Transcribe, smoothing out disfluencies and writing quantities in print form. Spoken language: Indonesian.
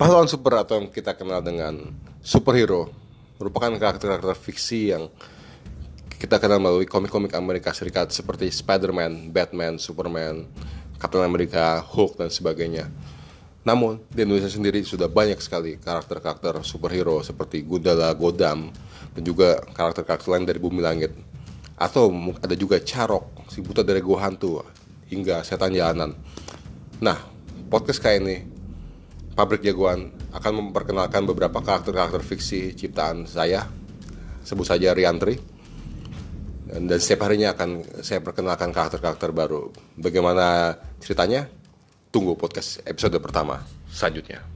Pahlawan super atau yang kita kenal dengan superhero merupakan karakter-karakter fiksi yang kita kenal melalui komik-komik Amerika Serikat seperti Spider-Man, Batman, Superman, Captain America, Hulk, dan sebagainya. Namun, di Indonesia sendiri sudah banyak sekali karakter-karakter superhero seperti Gundala, Godam, dan juga karakter-karakter lain dari bumi langit. Atau ada juga Carok, si buta dari gua hantu, hingga setan jalanan. Nah, podcast kali ini Pabrik Jagoan akan memperkenalkan beberapa karakter-karakter fiksi ciptaan saya, sebut saja Riantri. Dan setiap harinya akan saya perkenalkan karakter-karakter baru. Bagaimana ceritanya? Tunggu podcast episode pertama selanjutnya.